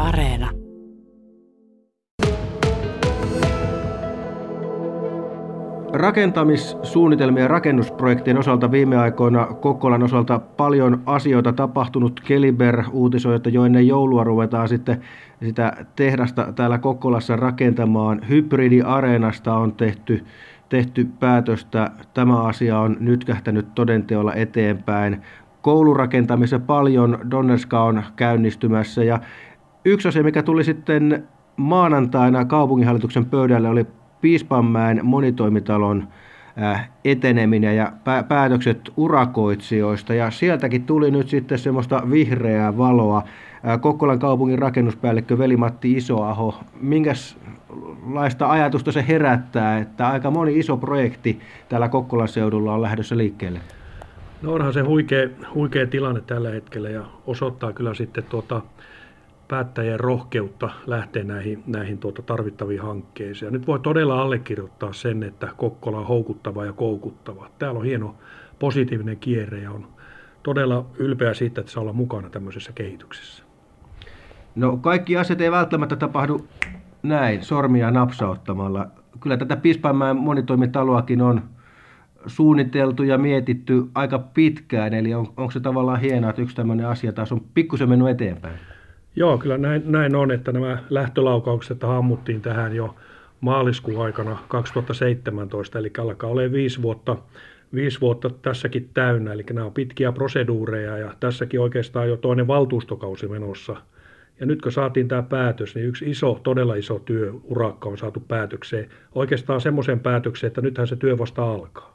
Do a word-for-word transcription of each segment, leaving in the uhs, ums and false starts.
Areena. Rakentamissuunnitelmien ja rakennusprojektien osalta viime aikoina Kokkolan osalta paljon asioita tapahtunut. Keliber uutisoi, että jo ennen joulua ruvetaan sitten sitä tehdasta täällä Kokkolassa rakentamaan. Hybridiareenasta on tehty, tehty päätöstä. Tämä asia on nytkähtänyt todenteolla eteenpäin. Koulurakentamissa paljon, Donnerska on käynnistymässä. Ja yksi asia, mikä tuli sitten maanantaina kaupunginhallituksen pöydälle, oli Piispanmäen monitoimitalon eteneminen ja päätökset urakoitsijoista, ja sieltäkin tuli nyt sitten semmoista vihreää valoa. Kokkolan kaupungin rakennuspäällikkö Veli-Matti Isoaho, minkälaista ajatusta se herättää, että aika moni iso projekti täällä Kokkolan seudulla on lähdössä liikkeelle? No onhan se huikea, huikea tilanne tällä hetkellä ja osoittaa kyllä sitten tuota päättäjien rohkeutta lähteä näihin, näihin tuota tarvittaviin hankkeisiin. Ja nyt voi todella allekirjoittaa sen, että Kokkola on houkuttava ja koukuttava. Täällä on hieno positiivinen kierre ja on todella ylpeä siitä, että saa olla mukana tämmöisessä kehityksessä. No kaikki asiat ei välttämättä tapahdu näin sormia napsauttamalla. Kyllä tätä Piispanmäen monitoimitaloakin on suunniteltu ja mietitty aika pitkään. Eli on, onko se tavallaan hienoa, että yksi tämmöinen asia taas on pikkusen mennyt eteenpäin? Joo, kyllä näin, näin on, että nämä lähtölaukaukset ammuttiin tähän jo maaliskuun aikana kaksituhattaseitsemäntoista, eli alkaa olemaan viisi vuotta, viisi vuotta tässäkin täynnä, eli nämä on pitkiä proseduureja ja tässäkin oikeastaan jo toinen valtuustokausi menossa. Ja nyt kun saatiin tämä päätös, niin yksi iso, todella iso työurakka on saatu päätökseen, oikeastaan semmoisen päätökseen, että nythän se työ vasta alkaa.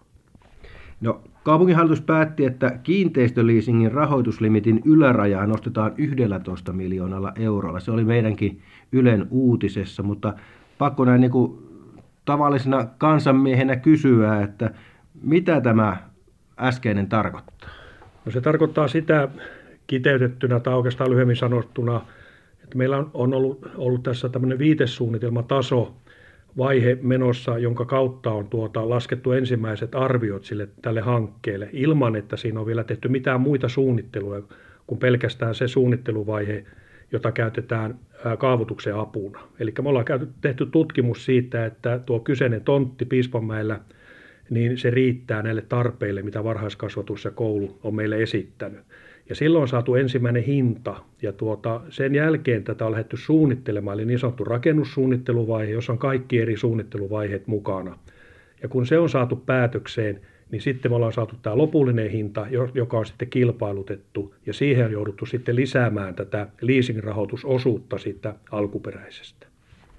No, kaupunginhallitus päätti, että kiinteistöliisingin rahoituslimitin ylärajaa nostetaan yksitoista miljoonalla eurolla. Se oli meidänkin Ylen uutisessa, mutta pakko näin niin kuin tavallisena kansanmiehenä kysyä, että mitä tämä äskeinen tarkoittaa? No se tarkoittaa sitä kiteytettynä tai oikeastaan lyhyemmin sanottuna, että meillä on, on ollut, ollut tässä tämmöinen viitesuunnitelmataso, vaihe menossa, jonka kautta on tuota laskettu ensimmäiset arviot sille, tälle hankkeelle, ilman että siinä on vielä tehty mitään muita suunnitteluja kuin pelkästään se suunnitteluvaihe, jota käytetään kaavoituksen apuna. Eli me ollaan tehty tutkimus siitä, että tuo kyseinen tontti Piispanmäellä, niin se riittää näille tarpeille, mitä varhaiskasvatus ja koulu on meille esittänyt. Ja silloin on saatu ensimmäinen hinta, ja tuota, sen jälkeen tätä on lähdetty suunnittelemaan, eli niin sanottu rakennussuunnitteluvaihe, jossa on kaikki eri suunnitteluvaiheet mukana. Ja kun se on saatu päätökseen, niin sitten me ollaan saatu tämä lopullinen hinta, joka on sitten kilpailutettu, ja siihen on jouduttu sitten lisäämään tätä leasing-rahoitusosuutta siitä alkuperäisestä.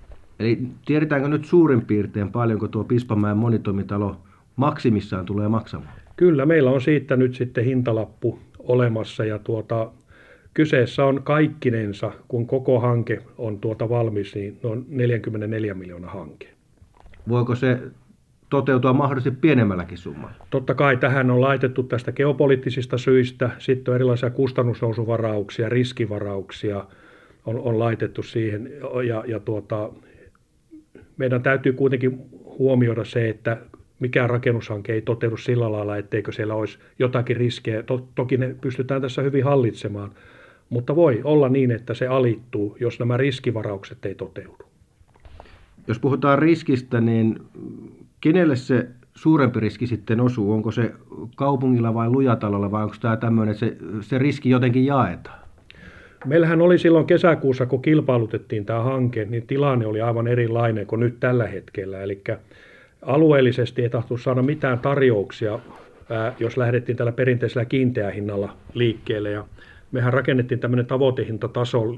Eli tiedetäänkö nyt suurin piirtein paljonko tuo Piispanmäen monitoimitalo maksimissaan tulee maksamaan? Kyllä, meillä on siitä nyt sitten hintalappu olemassa ja tuota, kyseessä on kaikkinensa, kun koko hanke on tuota valmis, niin noin neljäkymmentäneljä miljoonaa hanke. Voiko se toteutua mahdollisesti pienemmälläkin summalla? Totta kai tähän on laitettu tästä geopoliittisista syistä, sitten on erilaisia kustannusnousuvarauksia, riskivarauksia on, on laitettu siihen ja, ja tuota, meidän täytyy kuitenkin huomioida se, että mikään rakennushanke ei toteudu sillä lailla, etteikö siellä olisi jotakin riskejä. Toki ne pystytään tässä hyvin hallitsemaan, mutta voi olla niin, että se alittuu, jos nämä riskivaraukset ei toteudu. Jos puhutaan riskistä, niin kenelle se suurempi riski sitten osuu? Onko se kaupungilla vai lujatalolla vai onko tämä tämmöinen, että se, se riski jotenkin jaetaan? Meillähän oli silloin kesäkuussa, kun kilpailutettiin tämä hanke, niin tilanne oli aivan erilainen kuin nyt tällä hetkellä. Eli alueellisesti ei tahtu saada mitään tarjouksia, jos lähdettiin tällä perinteisellä kiinteähinnalla liikkeelle. Ja mehän rakennettiin tämmöinen tavoitehintataso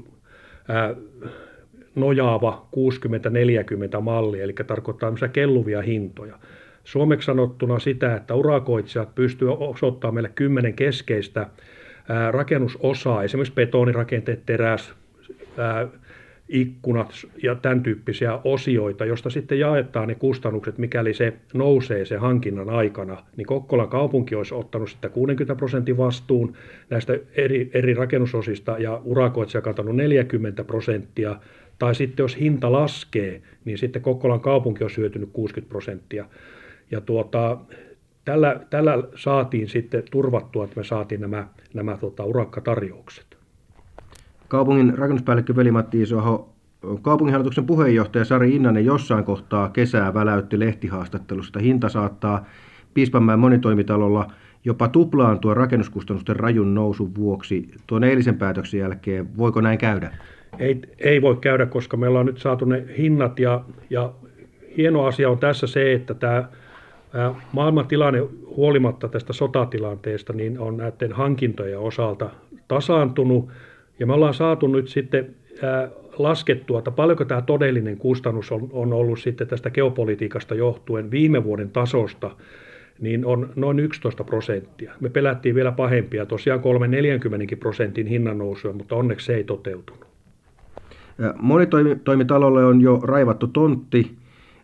nojaava kuusikymmentä neljäkymmentä malli, eli tarkoittaa tämmöisiä kelluvia hintoja. Suomeksi sanottuna sitä, että urakoitsijat pystyvät osoittamaan meille kymmenen keskeistä rakennusosaa, esimerkiksi betonirakenteet, teräs, ikkunat ja tämän tyyppisiä osioita, josta sitten jaetaan ne kustannukset, mikäli se nousee sen hankinnan aikana, niin Kokkolan kaupunki olisi ottanut sitten kuusikymmentä prosentin vastuun näistä eri, eri rakennusosista ja urakoitsija kantanut neljäkymmentä prosenttia, tai sitten jos hinta laskee, niin sitten Kokkolan kaupunki olisi hyötynyt kuusikymmentä prosenttia. Ja tuota, tällä, tällä saatiin sitten turvattua, että me saatiin nämä, nämä tota, urakkatarjoukset. Kaupungin rakennuspäällikkö Veli-Matti Isoaho, kaupunginhallituksen puheenjohtaja Sari Innanen jossain kohtaa kesää väläytti lehtihaastattelusta, että hinta saattaa Piispanmäen monitoimitalolla jopa tuplaantua rakennuskustannusten rajun nousun vuoksi tuon eilisen päätöksen jälkeen. Voiko näin käydä? Ei, ei voi käydä, koska me ollaan nyt saatu ne hinnat ja, ja hieno asia on tässä se, että tämä maailman tilanne huolimatta tästä sotatilanteesta niin on näiden hankintojen osalta tasaantunut ja me ollaan saatu nyt sitten laskettua, että paljonko tämä todellinen kustannus on, on ollut sitten tästä geopolitiikasta johtuen viime vuoden tasosta, niin on noin yksitoista prosenttia. Me pelättiin vielä pahempia, tosiaan kolme neljäkymmentä prosentin hinnannousua, mutta onneksi se ei toteutunut. Monitoimitalolle on jo raivattu tontti.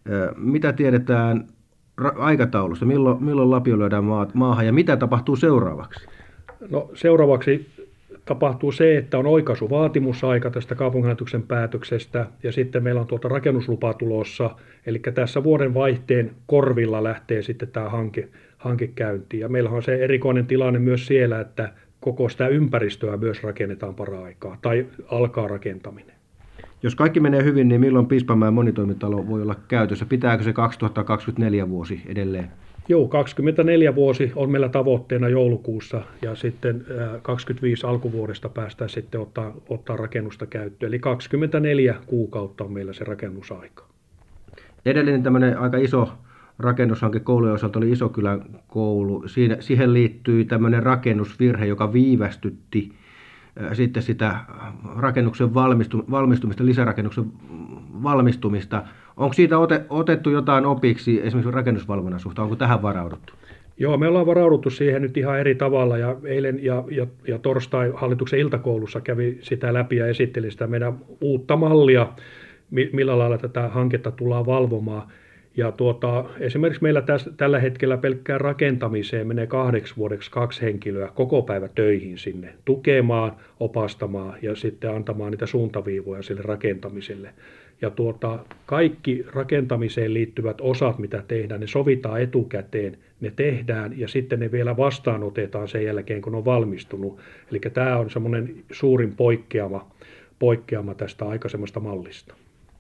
Mitä tiedetään aikataulusta? Milloin, milloin lapio lyödään maahan ja mitä tapahtuu seuraavaksi? No, seuraavaksi tapahtuu se, että on oikaisuvaatimusaika tästä kaupunginhallituksen päätöksestä ja sitten meillä on tuolta rakennuslupa tulossa. Eli tässä vuoden vaihteen korvilla lähtee sitten tämä hanke, hanke käyntiin. Ja meillä on se erikoinen tilanne myös siellä, että koko sitä ympäristöä myös rakennetaan para-aikaa tai alkaa rakentaminen. Jos kaikki menee hyvin, niin milloin Piispanmäen monitoimitalo voi olla käytössä? Pitääkö se kaksituhattakaksikymmentäneljä vuosi edelleen? Joo, kaksikymmentäneljä vuosi on meillä tavoitteena joulukuussa ja sitten kaksikymmentäviisi alkuvuodesta päästään sitten ottaa, ottaa rakennusta käyttöön. Eli kaksikymmentäneljä kuukautta on meillä se rakennusaika. Edellinen tämmöinen aika iso rakennushanke koulujen osalta oli Isokylän koulu. Siinä, siihen liittyy tämmöinen rakennusvirhe, joka viivästytti sitten sitä rakennuksen valmistumista, lisärakennuksen valmistumista. Onko siitä otettu jotain opiksi esimerkiksi rakennusvalvonnan suhteen? Onko tähän varauduttu? Joo, me ollaan varauduttu siihen nyt ihan eri tavalla ja eilen ja, ja, ja torstai hallituksen iltakoulussa kävi sitä läpi ja esitteli sitä meidän uutta mallia, millä lailla tätä hanketta tullaan valvomaan. Ja tuota, esimerkiksi meillä täs, tällä hetkellä pelkkään rakentamiseen menee kahdeksi vuodeksi kaksi henkilöä koko päivä töihin sinne tukemaan, opastamaan ja sitten antamaan niitä suuntaviivoja sille rakentamiselle. Ja tuota, kaikki rakentamiseen liittyvät osat, mitä tehdään, ne sovitaan etukäteen, ne tehdään ja sitten ne vielä vastaanotetaan sen jälkeen, kun on valmistunut. Eli tämä on semmoinen suurin poikkeama, poikkeama tästä aikaisemmasta mallista.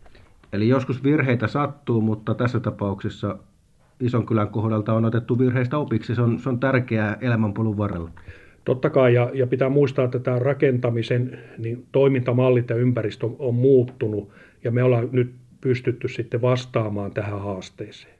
Eli joskus virheitä sattuu, mutta tässä tapauksessa Isonkylän kohdalta on otettu virheistä opiksi. Se on, se on tärkeää elämänpolun varrella. Totta kai, ja, ja pitää muistaa, että tämä rakentamisen niin toimintamallit ja ympäristö on muuttunut, ja me ollaan nyt pystytty sitten vastaamaan tähän haasteeseen.